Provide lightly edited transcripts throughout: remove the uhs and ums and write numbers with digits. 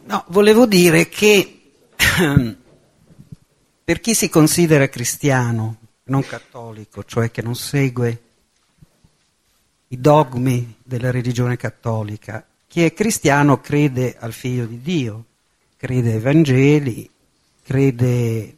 No, volevo dire che per chi si considera cristiano, non cattolico, cioè che non segue i dogmi della religione cattolica, chi è cristiano crede al Figlio di Dio, crede ai Vangeli, crede...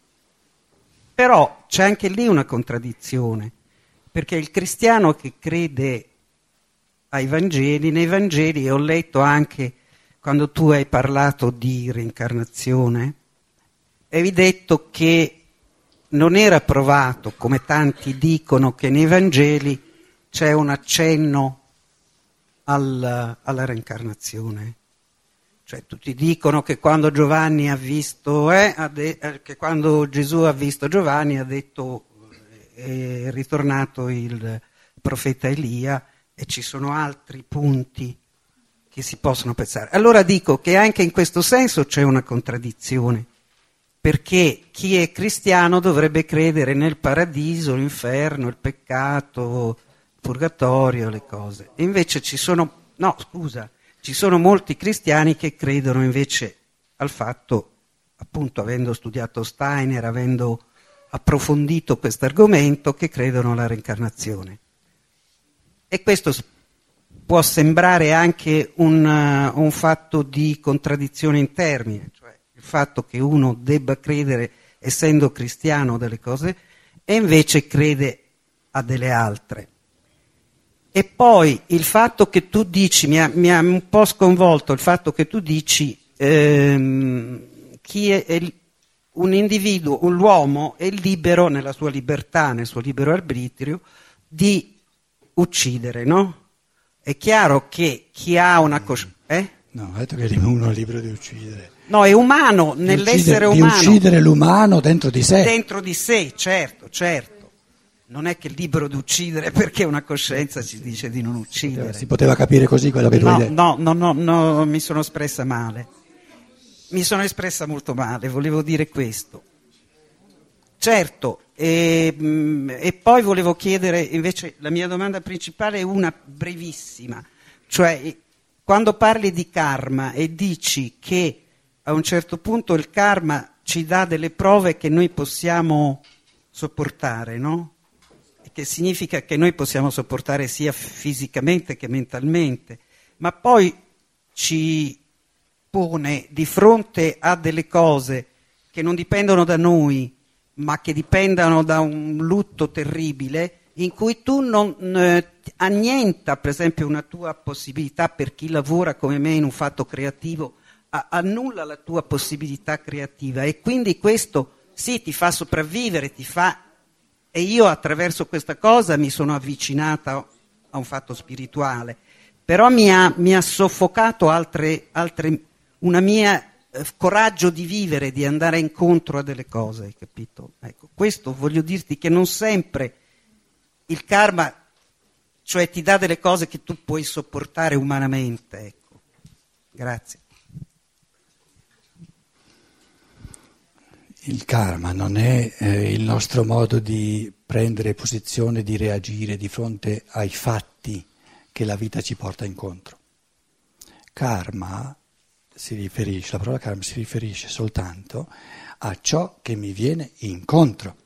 Però c'è anche lì una contraddizione, perché il cristiano che crede ai Vangeli, nei Vangeli ho letto anche, quando tu hai parlato di reincarnazione, avevi detto che non era provato, come tanti dicono, che nei Vangeli c'è un accenno alla reincarnazione. Cioè tutti dicono che quando Giovanni ha visto, che quando Gesù ha visto Giovanni ha detto è ritornato il profeta Elia, e ci sono altri punti che si possono pensare. Allora dico che anche in questo senso c'è una contraddizione, perché chi è cristiano dovrebbe credere nel paradiso, l'inferno, il peccato, il purgatorio, le cose. E invece ci sono molti cristiani che credono invece al fatto, appunto avendo studiato Steiner, avendo approfondito questo argomento, che credono alla reincarnazione. E questo può sembrare anche un fatto di contraddizione in termini, cioè il fatto che uno debba credere, essendo cristiano, delle cose, e invece crede a delle altre. E poi il fatto che tu dici, mi ha un po' sconvolto il fatto che tu dici chi è un individuo, l'uomo è libero nella sua libertà, nel suo libero arbitrio, di uccidere, no? È chiaro che chi ha una coscienza... No, ho detto che uno è libero di uccidere. No, è umano, nell'essere umano. Di uccidere l'umano dentro di sé. Dentro di sé, certo. Non è che è libero di uccidere perché una coscienza ci dice di non uccidere. Si poteva capire così quello che tu hai detto. No, mi sono espressa male. Mi sono espressa molto male, volevo dire questo. Certo, e poi volevo chiedere, invece, la mia domanda principale è una brevissima, cioè quando parli di karma e dici che a un certo punto il karma ci dà delle prove che noi possiamo sopportare, no? Che significa che noi possiamo sopportare sia fisicamente che mentalmente, ma poi ci pone di fronte a delle cose che non dipendono da noi, ma che dipendono da un lutto terribile, in cui tu non annienta, per esempio, una tua possibilità, per chi lavora come me in un fatto creativo, annulla la tua possibilità creativa, e quindi questo sì ti fa sopravvivere, e io attraverso questa cosa mi sono avvicinata a un fatto spirituale, però mi ha soffocato una mia coraggio di vivere, di andare incontro a delle cose, hai capito? Ecco, questo voglio dirti, che non sempre il karma, cioè ti dà delle cose che tu puoi sopportare umanamente, ecco. Grazie. Il karma non è il nostro modo di prendere posizione, di reagire di fronte ai fatti che la vita ci porta incontro. La parola karma si riferisce soltanto a ciò che mi viene incontro.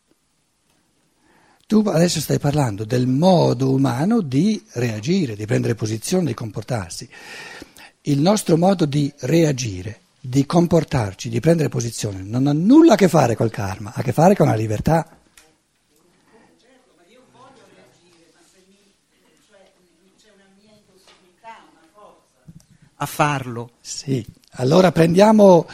Tu adesso stai parlando del modo umano di reagire, di prendere posizione, di comportarsi. Il nostro modo di reagire, di comportarci, di prendere posizione, non ha nulla a che fare col karma, ha a che fare con la libertà. Certo, ma io voglio reagire, ma se c'è una mia impossibilità, una forza a farlo. Sì, allora prendiamo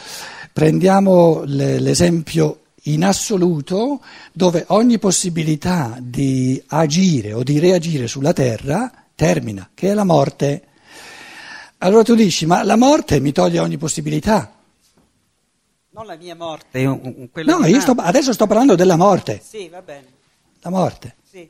l'esempio in assoluto, dove ogni possibilità di agire o di reagire sulla terra termina, che è la morte. Allora tu dici, ma la morte mi toglie ogni possibilità. Non la mia morte, quella No, adesso sto parlando della morte. Sì, va bene. La morte. Sì.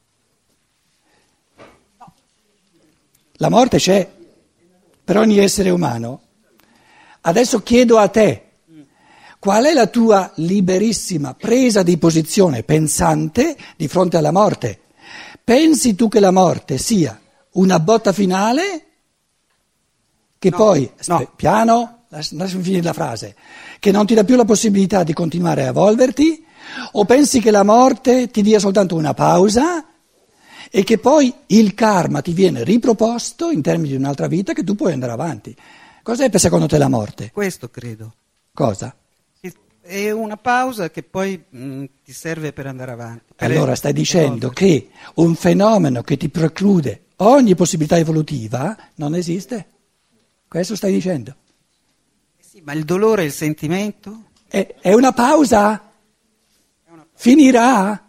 No. La morte c'è per ogni essere umano. Adesso chiedo a te, qual è la tua liberissima presa di posizione pensante di fronte alla morte? Pensi tu che la morte sia una botta finale? Che no, poi, no. piano, lasciami finire la frase, che non ti dà più la possibilità di continuare a evolverti, o pensi che la morte ti dia soltanto una pausa e che poi il karma ti viene riproposto in termini di un'altra vita che tu puoi andare avanti? Cos'è per secondo te la morte? Questo credo. Cosa? È una pausa che poi ti serve per andare avanti. Allora stai dicendo che un fenomeno che ti preclude ogni possibilità evolutiva non esiste? Questo stai dicendo? Sì, ma il dolore e il sentimento? È una pausa? Finirà?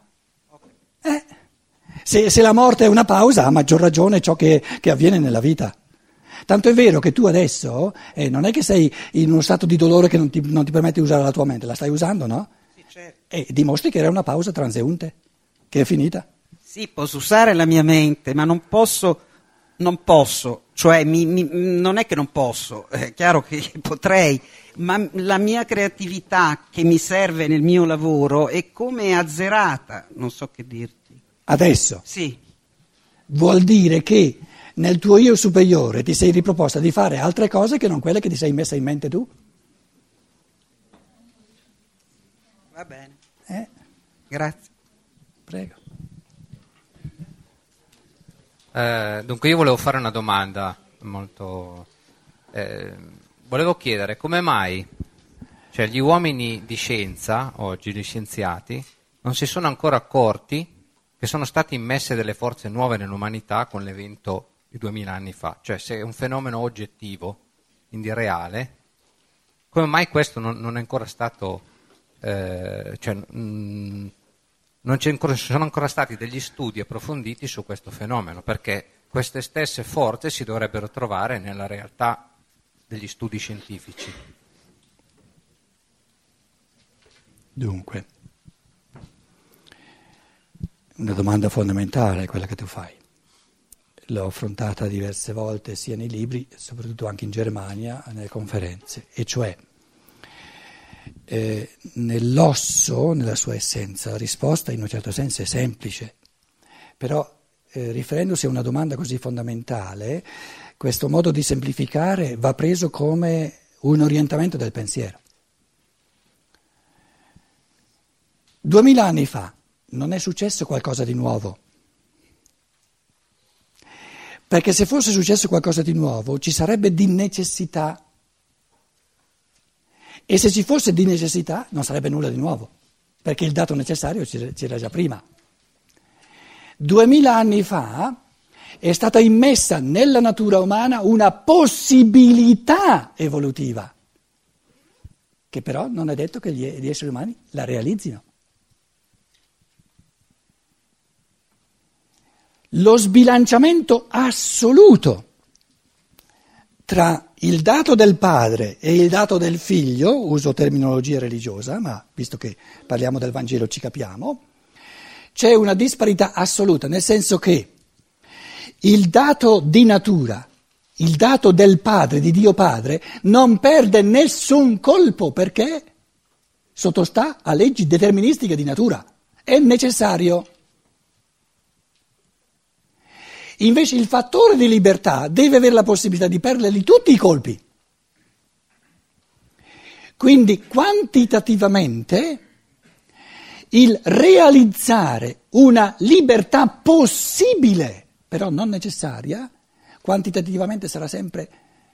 Se la morte è una pausa, ha maggior ragione ciò che avviene nella vita. Tanto è vero che tu adesso non è che sei in uno stato di dolore che non ti permette di usare la tua mente, la stai usando, no? Sì, certo. E dimostri che era una pausa transeunte, che è finita. Sì, posso usare la mia mente, ma non posso, cioè non è che non posso, è chiaro che potrei, ma la mia creatività che mi serve nel mio lavoro è come azzerata, non so che dirti. Adesso Sì, vuol dire che nel tuo io superiore ti sei riproposta di fare altre cose che non quelle che ti sei messa in mente tu? va bene, Grazie. prego. Dunque io volevo fare una domanda molto... volevo chiedere come mai gli uomini di scienza, oggi gli scienziati, non si sono ancora accorti che sono state immesse delle forze nuove nell'umanità con l'evento di 2000 anni fa. Cioè se è un fenomeno oggettivo, quindi reale, come mai questo non è ancora stato... non sono ancora stati degli studi approfonditi su questo fenomeno, perché queste stesse forze si dovrebbero trovare nella realtà degli studi scientifici. Dunque, una domanda fondamentale è quella che tu fai. L'ho affrontata diverse volte sia nei libri, soprattutto anche in Germania, nelle conferenze, e cioè nell'osso, nella sua essenza, la risposta in un certo senso è semplice, però riferendosi a una domanda così fondamentale, questo modo di semplificare va preso come un orientamento del pensiero. 2000 anni fa non è successo qualcosa di nuovo, perché se fosse successo qualcosa di nuovo ci sarebbe di necessità. E se ci fosse di necessità non sarebbe nulla di nuovo, perché il dato necessario c'era già prima. 2000 anni fa è stata immessa nella natura umana una possibilità evolutiva, che però non è detto che gli esseri umani la realizzino. Lo sbilanciamento assoluto tra il dato del padre e il dato del figlio, uso terminologia religiosa, ma visto che parliamo del Vangelo ci capiamo, c'è una disparità assoluta, nel senso che il dato di natura, il dato del padre, di Dio Padre, non perde nessun colpo perché sottostà a leggi deterministiche di natura, è necessario. Invece il fattore di libertà deve avere la possibilità di perderli tutti i colpi. Quindi quantitativamente il realizzare una libertà possibile, però non necessaria, quantitativamente sarà sempre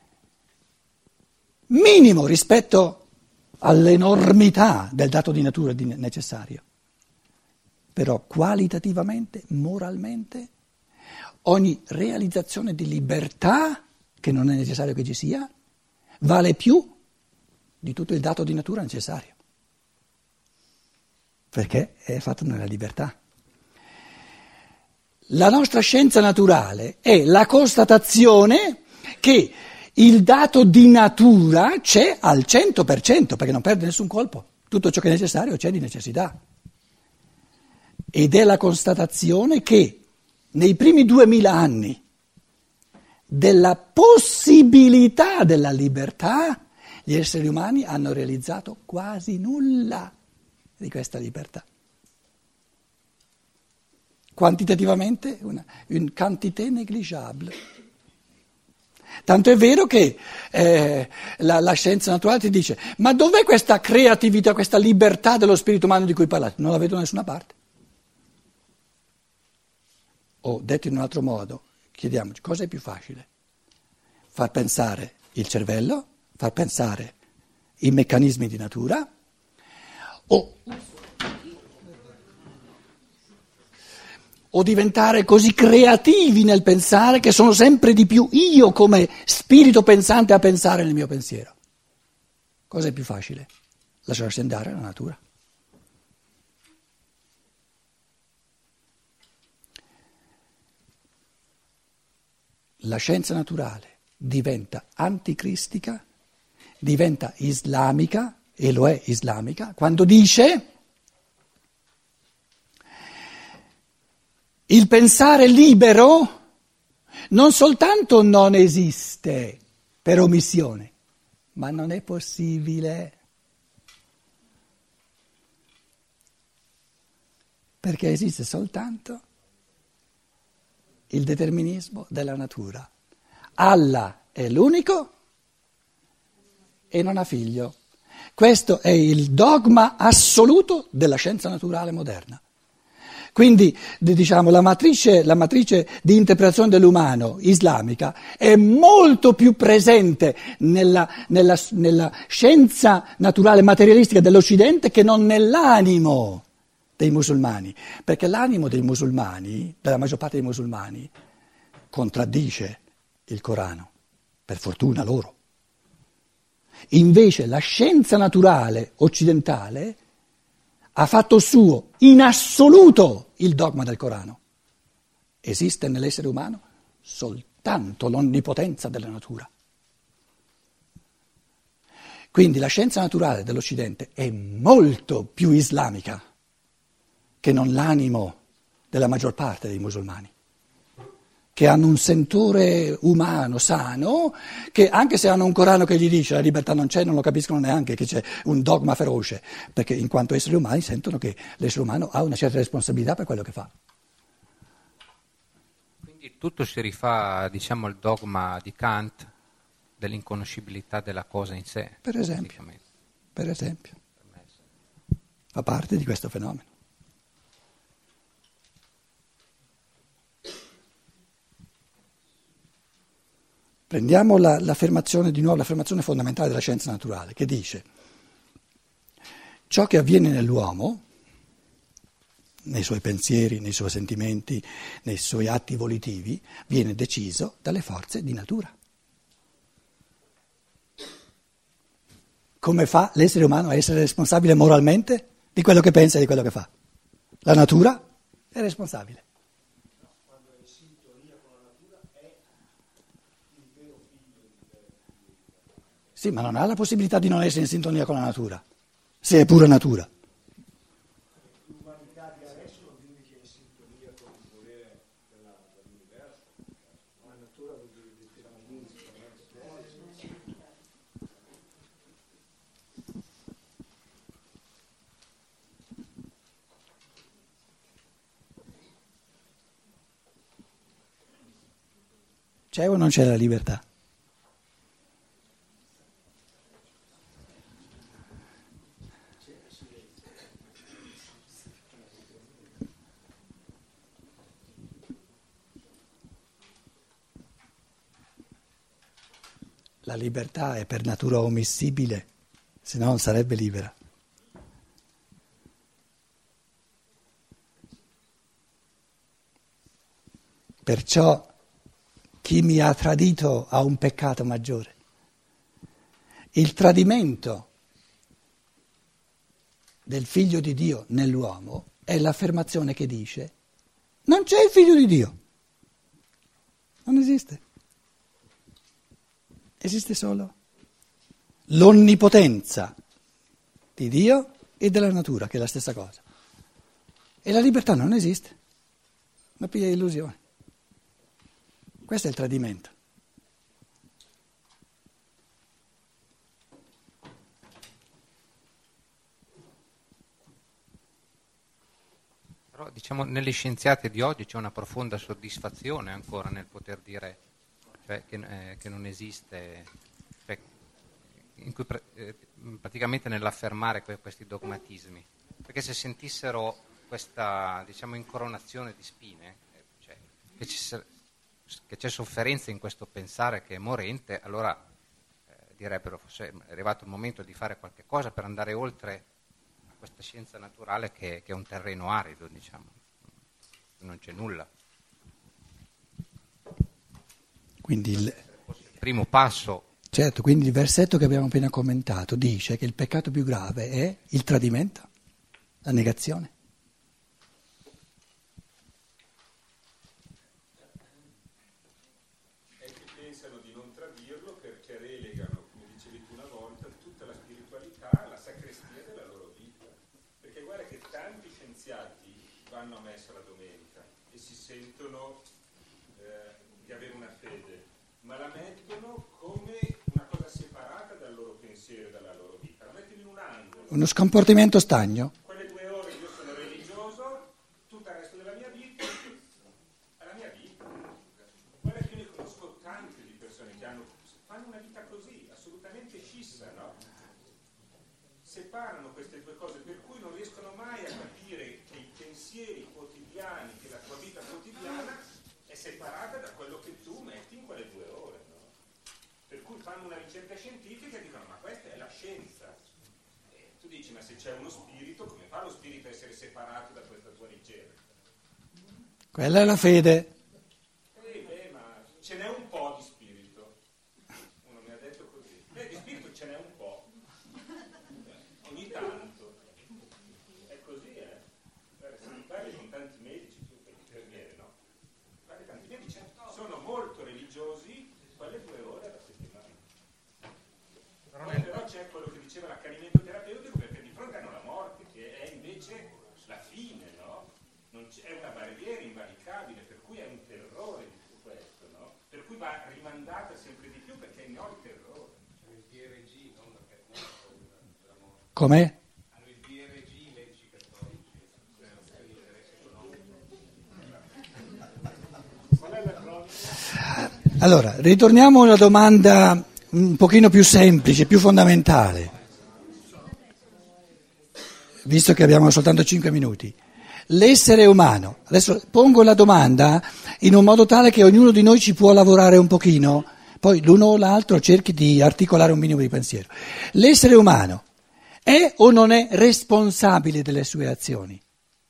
minimo rispetto all'enormità del dato di natura necessario. Però qualitativamente, moralmente, ogni realizzazione di libertà, che non è necessario che ci sia, vale più di tutto il dato di natura necessario, perché è fatto nella libertà. La nostra scienza naturale è la constatazione che il dato di natura c'è al 100%, perché non perde nessun colpo, tutto ciò che è necessario c'è di necessità. Ed è la constatazione che nei primi 2000 anni della possibilità della libertà, gli esseri umani hanno realizzato quasi nulla di questa libertà. Quantitativamente, une quantité négligeable. Tanto è vero che la scienza naturale ti dice, ma dov'è questa creatività, questa libertà dello spirito umano di cui parlate? Non la vedo da nessuna parte. O detto in un altro modo, chiediamoci, cosa è più facile? Far pensare il cervello, far pensare i meccanismi di natura, o diventare così creativi nel pensare che sono sempre di più io come spirito pensante a pensare nel mio pensiero. Cosa è più facile? Lasciarsi andare alla natura. La scienza naturale diventa anticristica, diventa islamica, e lo è islamica, quando dice il pensare libero non soltanto non esiste per omissione, ma non è possibile. Perché esiste soltanto il determinismo della natura. Allah è l'unico e non ha figlio. Questo è il dogma assoluto della scienza naturale moderna. Quindi, diciamo, la matrice di interpretazione dell'umano islamica è molto più presente nella scienza naturale materialistica dell'Occidente che non nell'animo dei musulmani, perché l'animo dei musulmani, della maggior parte dei musulmani, contraddice il Corano, per fortuna loro. Invece la scienza naturale occidentale ha fatto suo in assoluto il dogma del Corano. Esiste nell'essere umano soltanto l'onnipotenza della natura. Quindi la scienza naturale dell'Occidente è molto più islamica che non l'animo della maggior parte dei musulmani, che hanno un sentore umano sano, che anche se hanno un Corano che gli dice la libertà non c'è, non lo capiscono neanche che c'è un dogma feroce, perché in quanto esseri umani sentono che l'essere umano ha una certa responsabilità per quello che fa. Quindi tutto si rifà, diciamo, al dogma di Kant dell'inconoscibilità della cosa in sé. Per esempio, fa parte di questo fenomeno. Prendiamo l'affermazione di nuovo, l'affermazione fondamentale della scienza naturale, che dice ciò che avviene nell'uomo, nei suoi pensieri, nei suoi sentimenti, nei suoi atti volitivi, viene deciso dalle forze di natura. Come fa l'essere umano a essere responsabile moralmente di quello che pensa e di quello che fa? La natura è responsabile. Sì, ma non ha la possibilità di non essere in sintonia con la natura, se è pura natura. L'umanità di adesso non vive che in sintonia con il volere dell'universo, la natura vuol dire determinismo. C'è o non c'è la libertà? La libertà è per natura omissibile, se no non sarebbe libera. Perciò chi mi ha tradito ha un peccato maggiore. Il tradimento del figlio di Dio nell'uomo è l'affermazione che dice: non c'è il figlio di Dio, non esiste. Esiste solo l'onnipotenza di Dio e della natura, che è la stessa cosa. E la libertà non esiste, ma piglia illusione. Questo è il tradimento. Però, diciamo, negli scienziati di oggi c'è una profonda soddisfazione ancora nel poter dire cioè che non esiste, cioè, in cui praticamente nell'affermare questi dogmatismi, perché se sentissero questa, diciamo, incoronazione di spine, cioè, che c'è sofferenza in questo pensare che è morente, allora direbbero forse è arrivato il momento di fare qualche cosa per andare oltre a questa scienza naturale che è un terreno arido, diciamo, non c'è nulla. Quindi il primo passo. Certo, quindi il versetto che abbiamo appena commentato dice che il peccato più grave è il tradimento, la negazione. E che pensano di non tradirlo perché relegano, come dicevi tu una volta, tutta la spiritualità alla sacrestia della loro vita. Perché guarda che tanti scienziati vanno a messa la domenica e si sentono di avere una fede, ma la mettono come una cosa separata dal loro pensiero e dalla loro vita, la mettono in un angolo. Uno scomportamento stagno. Quelle 2 ore io sono religioso, tutto il resto della mia vita è la mia vita. Guarda che io ne conosco tante di persone che fanno una vita così, assolutamente scissa, no? Separano queste 2 cose, per cui non riescono mai a capire che i pensieri quotidiani, che la tua vita quotidiana è separata da quello che tu metti in quelle 2 ore, no? Per cui fanno una ricerca scientifica e dicono ma questa è la scienza. E tu dici ma se c'è uno spirito, come fa lo spirito a essere separato da questa tua ricerca? Quella è la fede. Ma ce n'è un po' di spirito. Uno mi ha detto così. Di spirito ce n'è un po'. Ogni tanto. È così, Guarda, se mi parli con tanti medici, tu per infermiere, no? Guarda, tanti medici sono molto religiosi quelle 2 ore alla settimana. Poi però c'è quello che diceva l'accanimento terapeutico, perché di fronte hanno la morte, che è invece la fine, no? È una barriera invalicabile, per cui è un terrore di tutto questo, no? Per cui va rimandata sempre di più perché ne ho il terrore. Il DRG, non perché non ho paura della morte. Com'è? Hanno il DRG, i medici cattolici, per l'interesse economico. Qual è la cronica? Allora, ritorniamo a una domanda un pochino più semplice, più fondamentale, visto che abbiamo soltanto 5 minuti. L'essere umano, adesso pongo la domanda in un modo tale che ognuno di noi ci può lavorare un pochino, poi l'uno o l'altro cerchi di articolare un minimo di pensiero. L'essere umano è o non è responsabile delle sue azioni?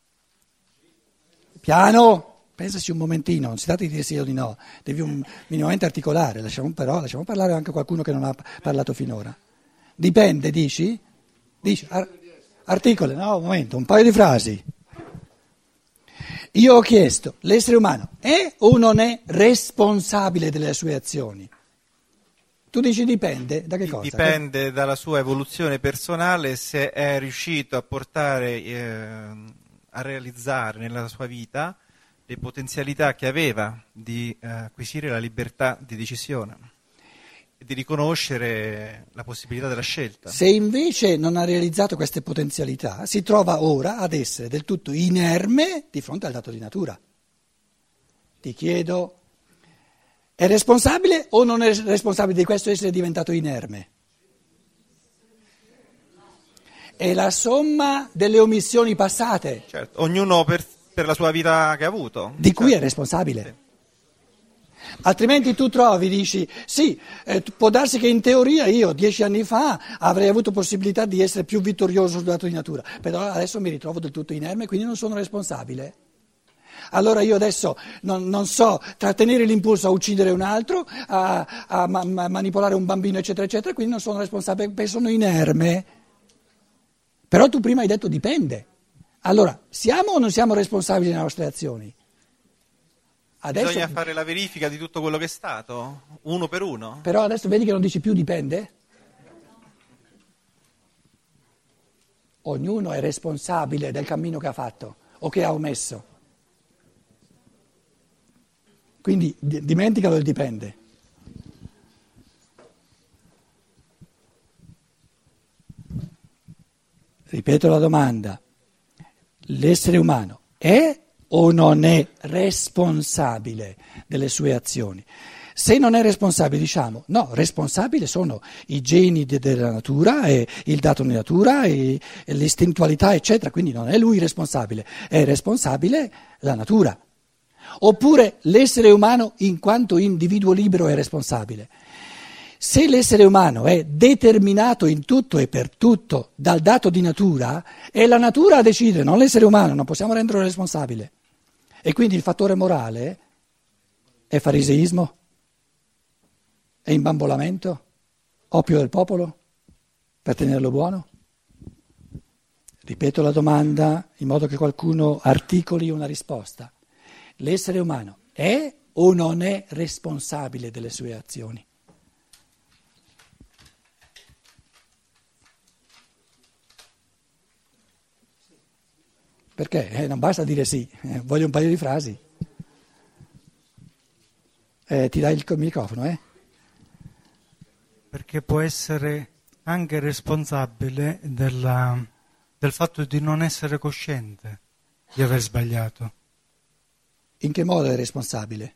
Piano, pensaci un momentino, non si tratta di dire sì o di no, devi minimamente articolare, lasciamo parlare anche qualcuno che non ha parlato finora. Dipende, dici? Articoli, no, un momento, un paio di frasi. Io ho chiesto, l'essere umano è o non è responsabile delle sue azioni? Tu dici dipende, da che cosa? Dipende dalla sua evoluzione personale, se è riuscito a portare, a realizzare nella sua vita le potenzialità che aveva di acquisire la libertà di decisione e di riconoscere la possibilità della scelta. Se invece non ha realizzato queste potenzialità, si trova ora ad essere del tutto inerme di fronte al dato di natura. Ti chiedo, è responsabile o non è responsabile di questo essere diventato inerme? È la somma delle omissioni passate. Certo, ognuno per la sua vita che ha avuto. Di cui è responsabile. Sì. Altrimenti tu trovi, dici, sì, può darsi che in teoria io 10 anni fa avrei avuto possibilità di essere più vittorioso sul dato di natura, però adesso mi ritrovo del tutto inerme, quindi non sono responsabile. Allora io adesso non so trattenere l'impulso a uccidere un altro, a manipolare un bambino, eccetera, eccetera, quindi non sono responsabile perché sono inerme. Però tu prima hai detto dipende. Allora, siamo o non siamo responsabili delle nostre azioni? Adesso, bisogna fare la verifica di tutto quello che è stato, uno per uno. Però adesso vedi che non dici più dipende? Ognuno è responsabile del cammino che ha fatto o che ha omesso. Quindi dimenticalo il dipende. Ripeto la domanda. L'essere umano è o non è responsabile delle sue azioni? Se non è responsabile, diciamo, no, responsabile sono i geni della natura, e il dato di natura, e l'istintualità, eccetera, quindi non è lui responsabile, è responsabile la natura. Oppure l'essere umano in quanto individuo libero è responsabile. Se l'essere umano è determinato in tutto e per tutto dal dato di natura, è la natura a decidere, non l'essere umano, non possiamo renderlo responsabile. E quindi il fattore morale è fariseismo? È imbambolamento? Oppio del popolo? Per tenerlo buono? Ripeto la domanda in modo che qualcuno articoli una risposta. L'essere umano è o non è responsabile delle sue azioni? Perché? Non basta dire sì, voglio un paio di frasi. Ti dai il microfono, Perché può essere anche responsabile del fatto di non essere cosciente di aver sbagliato. In che modo è responsabile?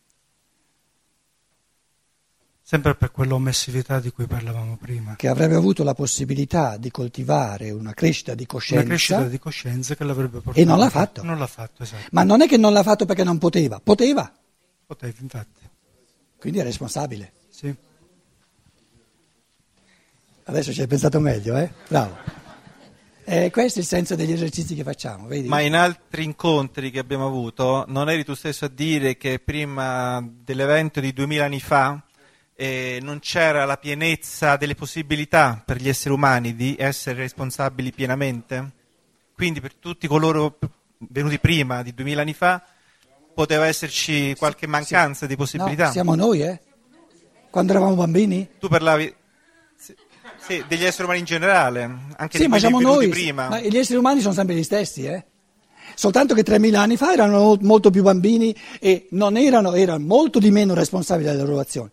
Sempre per quell'omissività di cui parlavamo prima. Che avrebbe avuto la possibilità di coltivare una crescita di coscienza. Una crescita di coscienza che l'avrebbe portato. E non l'ha fatto. Non l'ha fatto, esatto. Ma non è che non l'ha fatto perché non poteva, poteva. Potevi, infatti. Quindi è responsabile. Sì. Adesso ci hai pensato meglio, Bravo. Questo è il senso degli esercizi che facciamo, vedi? Ma in altri incontri che abbiamo avuto, non eri tu stesso a dire che prima dell'evento di 2000 anni fa non c'era la pienezza delle possibilità per gli esseri umani di essere responsabili pienamente? Quindi per tutti coloro venuti prima di 2000 anni fa poteva esserci qualche mancanza di possibilità? No, siamo noi, Quando eravamo bambini? Tu parlavi sì, degli esseri umani in generale, anche sì, di ma quelli siamo venuti noi, prima. ma gli esseri umani sono sempre gli stessi, Soltanto che 3000 anni fa erano molto più bambini e erano molto di meno responsabili delle loro azioni.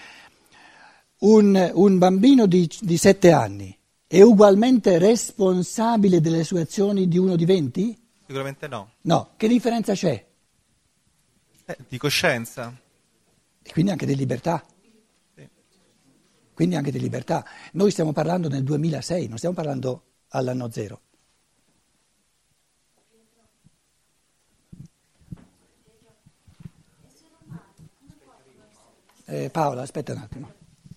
Un bambino di 7 anni è ugualmente responsabile delle sue azioni di uno di 20? Sicuramente no. No, che differenza c'è? Di coscienza. E quindi anche di libertà. Quindi anche di libertà. Noi stiamo parlando nel 2006, non stiamo parlando all'anno zero. Paola, aspetta un attimo.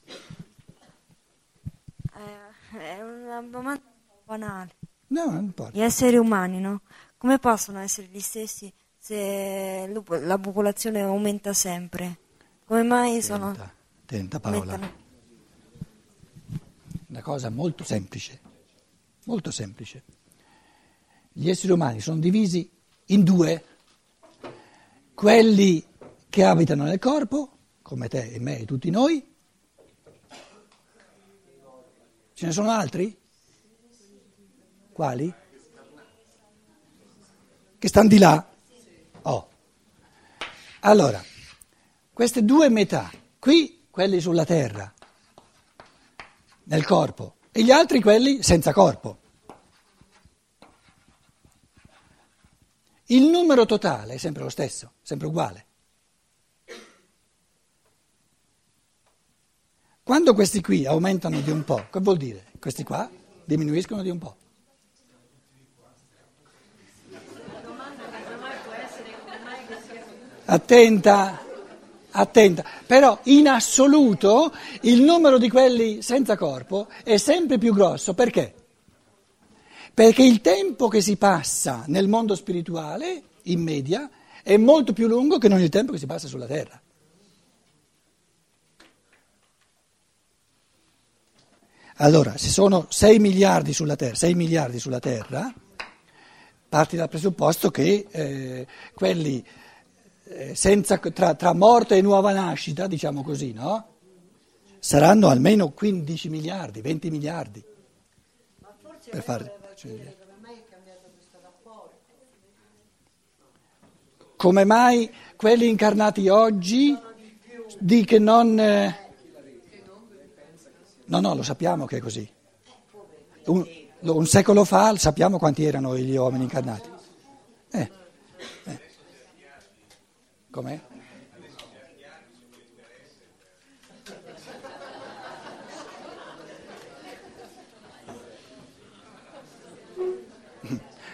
È una domanda banale. No, non importa. Gli esseri umani, no? Come possono essere gli stessi se la popolazione aumenta sempre? Come mai sono... Attenta Paola. aumentano? Una cosa molto semplice, molto semplice. Gli esseri umani sono divisi in due, quelli che abitano nel corpo, come te e me e tutti noi. Ce ne sono altri? Quali? Che stanno di là? Oh. Allora, queste due metà, qui quelli sulla terra, nel corpo, e gli altri quelli senza corpo. Il numero totale è sempre lo stesso, sempre uguale. Quando questi qui aumentano di un po', che vuol dire? Questi qua diminuiscono di un po'. Attenta. Però in assoluto il numero di quelli senza corpo è sempre più grosso. Perché? Perché il tempo che si passa nel mondo spirituale, in media, è molto più lungo che non il tempo che si passa sulla terra. Allora, se sono 6 miliardi sulla terra, parti dal presupposto che quelli tra morte e nuova nascita, diciamo così, no? Saranno almeno 15 miliardi, 20 miliardi. Ma forse per fare... come mai è cambiato questo rapporto? Come mai quelli incarnati oggi di che non... No, lo sappiamo che è così. Un secolo fa sappiamo quanti erano gli uomini incarnati. Com'è?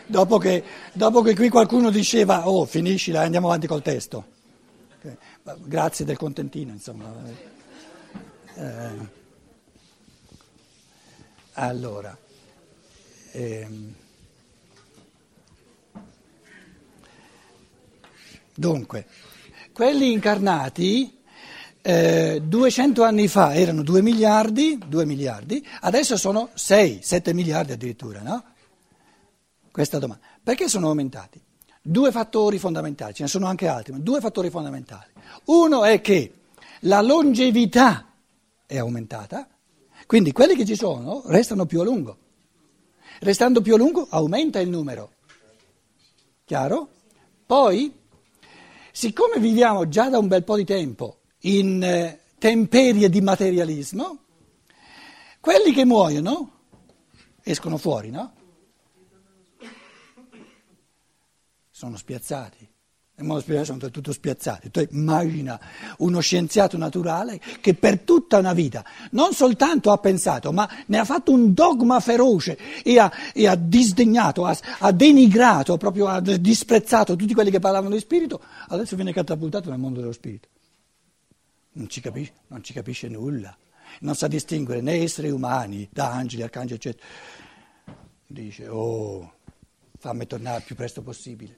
Dopo che qui qualcuno diceva, oh, finiscila, andiamo avanti col testo. Grazie del contentino, insomma. Allora, dunque, quelli incarnati 200 anni fa erano 2 miliardi, adesso sono 6, 7 miliardi addirittura, no? Questa domanda. Perché sono aumentati? 2 fattori fondamentali, ce ne sono anche altri, ma 2 fattori fondamentali. Uno è che la longevità è aumentata, quindi quelli che ci sono restano più a lungo. Restando più a lungo aumenta il numero. Chiaro? Poi, siccome viviamo già da un bel po' di tempo in temperie di materialismo, quelli che muoiono escono fuori, no? Sono spiazzati, in modo speciale sono del tutto spiazzati. Tu immagina uno scienziato naturale che per tutta una vita non soltanto ha pensato, ma ne ha fatto un dogma feroce e ha disdegnato, ha denigrato, proprio ha disprezzato tutti quelli che parlavano di spirito, adesso viene catapultato nel mondo dello spirito. Non ci capisce nulla, non sa distinguere né esseri umani da angeli, arcangeli, eccetera. Dice, oh, fammi tornare il più presto possibile,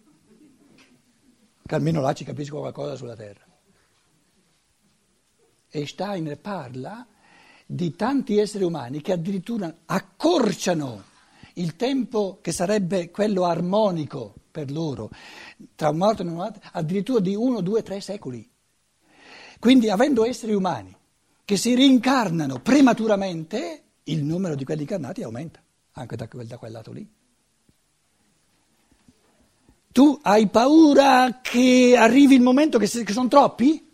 che almeno là ci capisco qualcosa sulla terra. E Steiner parla di tanti esseri umani che addirittura accorciano il tempo che sarebbe quello armonico per loro, tra un morto e un morto, addirittura di 1, 2, 3 secoli. Quindi avendo esseri umani che si rincarnano prematuramente, il numero di quelli incarnati aumenta, anche da quel lato lì. Tu hai paura che arrivi il momento che sono troppi?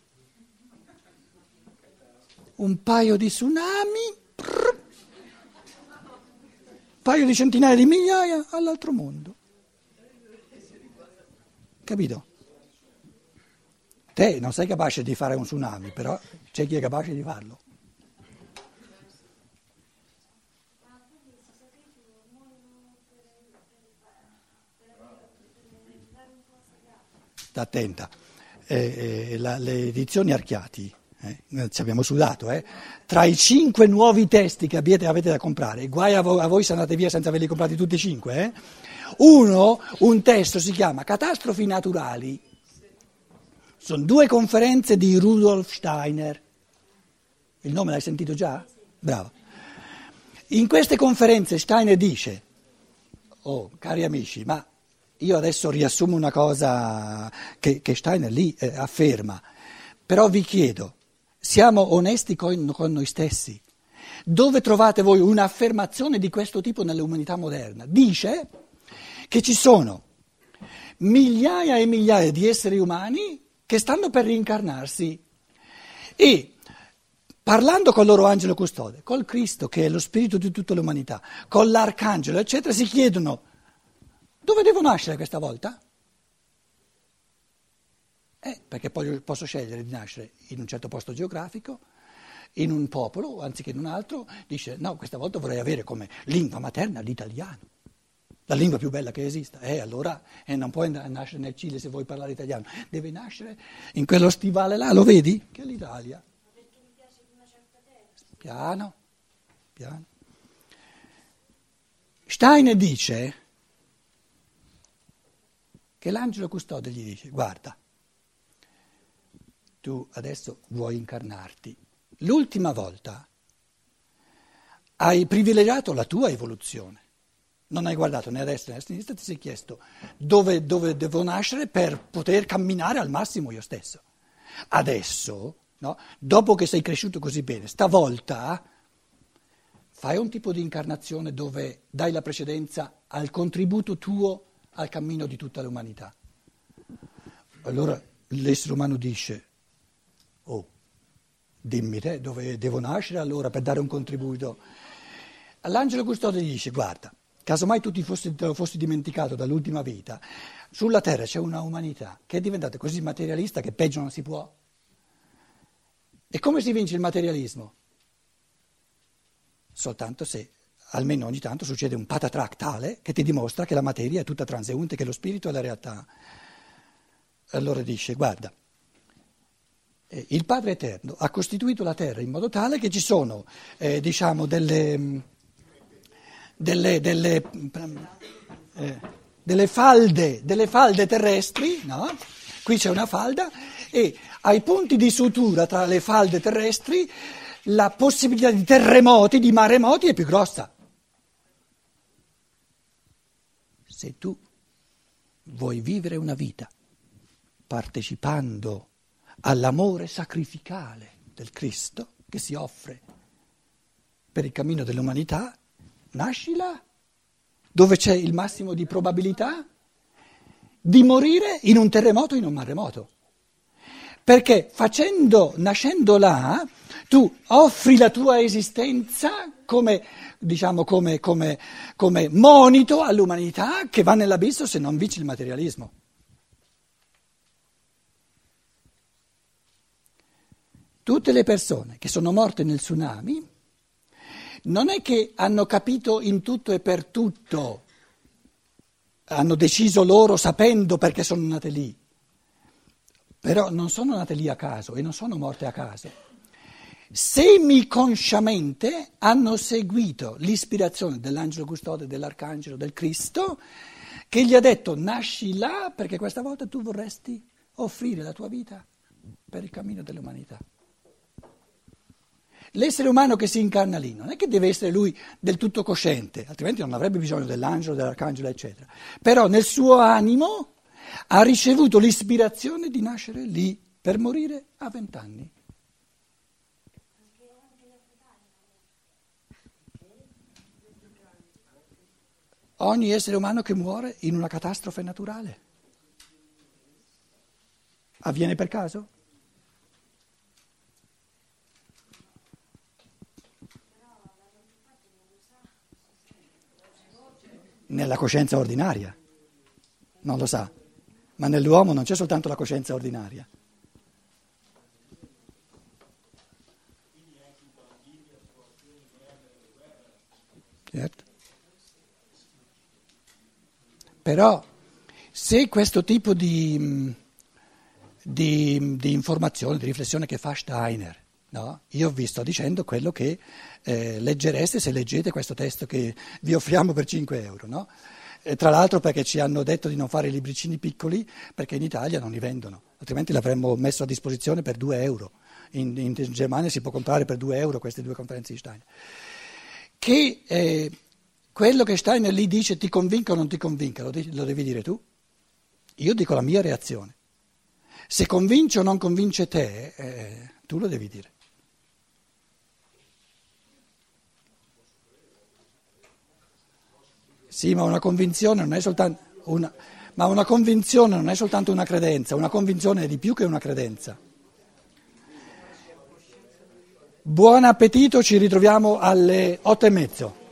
Un paio di tsunami, un paio di centinaia di migliaia all'altro mondo. Capito? Te non sei capace di fare un tsunami, però c'è chi è capace di farlo. Sta attenta, le edizioni Archiati, ci abbiamo sudato, tra i 5 nuovi testi che avete da comprare, guai a voi se andate via senza averli comprati tutti e 5, un testo si chiama Catastrofi naturali, sono 2 conferenze di Rudolf Steiner, il nome l'hai sentito già? Bravo. In queste conferenze Steiner dice, oh cari amici, ma io adesso riassumo una cosa che Steiner lì afferma, però vi chiedo, siamo onesti con noi stessi? Dove trovate voi un'affermazione di questo tipo nell'umanità moderna? Dice che ci sono migliaia e migliaia di esseri umani che stanno per reincarnarsi e parlando col loro angelo custode, col Cristo che è lo spirito di tutta l'umanità, con l'arcangelo eccetera, si chiedono dove devo nascere questa volta? Perché poi posso scegliere di nascere in un certo posto geografico, in un popolo, anziché in un altro. Dice, no, questa volta vorrei avere come lingua materna l'italiano, la lingua più bella che esista. Allora non puoi nascere nel Cile se vuoi parlare italiano, devi nascere in quello stivale là, lo vedi? Che è l'Italia. Perché mi piace di una certa terra. Piano, piano. Steiner dice che l'angelo custode gli dice, guarda, tu adesso vuoi incarnarti, l'ultima volta hai privilegiato la tua evoluzione, non hai guardato né a destra né a sinistra, ti sei chiesto dove devo nascere per poter camminare al massimo io stesso. Adesso, no, dopo che sei cresciuto così bene, stavolta fai un tipo di incarnazione dove dai la precedenza al contributo tuo al cammino di tutta l'umanità. Allora l'essere umano dice, oh, dimmi te dove devo nascere allora per dare un contributo. All'angelo custode gli dice, guarda, casomai tu te lo fossi dimenticato dall'ultima vita, sulla terra c'è una umanità che è diventata così materialista che peggio non si può. E come si vince il materialismo? Soltanto se almeno ogni tanto succede un patatrac tale che ti dimostra che la materia è tutta transeunte, che lo spirito è la realtà. Allora dice, guarda, il Padre Eterno ha costituito la terra in modo tale che ci sono, diciamo, delle falde terrestri, no? Qui c'è una falda e ai punti di sutura tra le falde terrestri la possibilità di terremoti, di maremoti è più grossa. Se tu vuoi vivere una vita partecipando all'amore sacrificale del Cristo che si offre per il cammino dell'umanità, nasci là, dove c'è il massimo di probabilità di morire in un terremoto o in un maremoto. Perché nascendo là, tu offri la tua esistenza come monito all'umanità che va nell'abisso se non vince il materialismo. Tutte le persone che sono morte nel tsunami non è che hanno capito in tutto e per tutto, hanno deciso loro sapendo perché sono nate lì, però non sono nate lì a caso e non sono morte a caso. Semiconsciamente hanno seguito l'ispirazione dell'angelo custode, dell'arcangelo, del Cristo, che gli ha detto nasci là perché questa volta tu vorresti offrire la tua vita per il cammino dell'umanità. L'essere umano che si incarna lì non è che deve essere lui del tutto cosciente, altrimenti non avrebbe bisogno dell'angelo, dell'arcangelo, eccetera. Però nel suo animo ha ricevuto l'ispirazione di nascere lì per morire a 20 anni. Ogni essere umano che muore in una catastrofe naturale avviene per caso? Nella coscienza ordinaria, non lo sa, ma nell'uomo non c'è soltanto la coscienza ordinaria. Certo. Però se questo tipo di informazione, di riflessione che fa Steiner, no? Io vi sto dicendo quello che leggereste se leggete questo testo che vi offriamo per 5 euro, no? Tra l'altro perché ci hanno detto di non fare i libricini piccoli perché in Italia non li vendono, altrimenti l'avremmo messo a disposizione per 2 euro. In Germania si può comprare per 2 euro queste 2 conferenze di Steiner. Che quello che Steiner lì dice ti convinca o non ti convinca, lo devi dire tu. Io dico la mia reazione. Se convince o non convince te, tu lo devi dire. Sì, ma una convinzione non è soltanto una convinzione non è soltanto una credenza, una convinzione è di più che una credenza. Buon appetito, ci ritroviamo alle 8:30.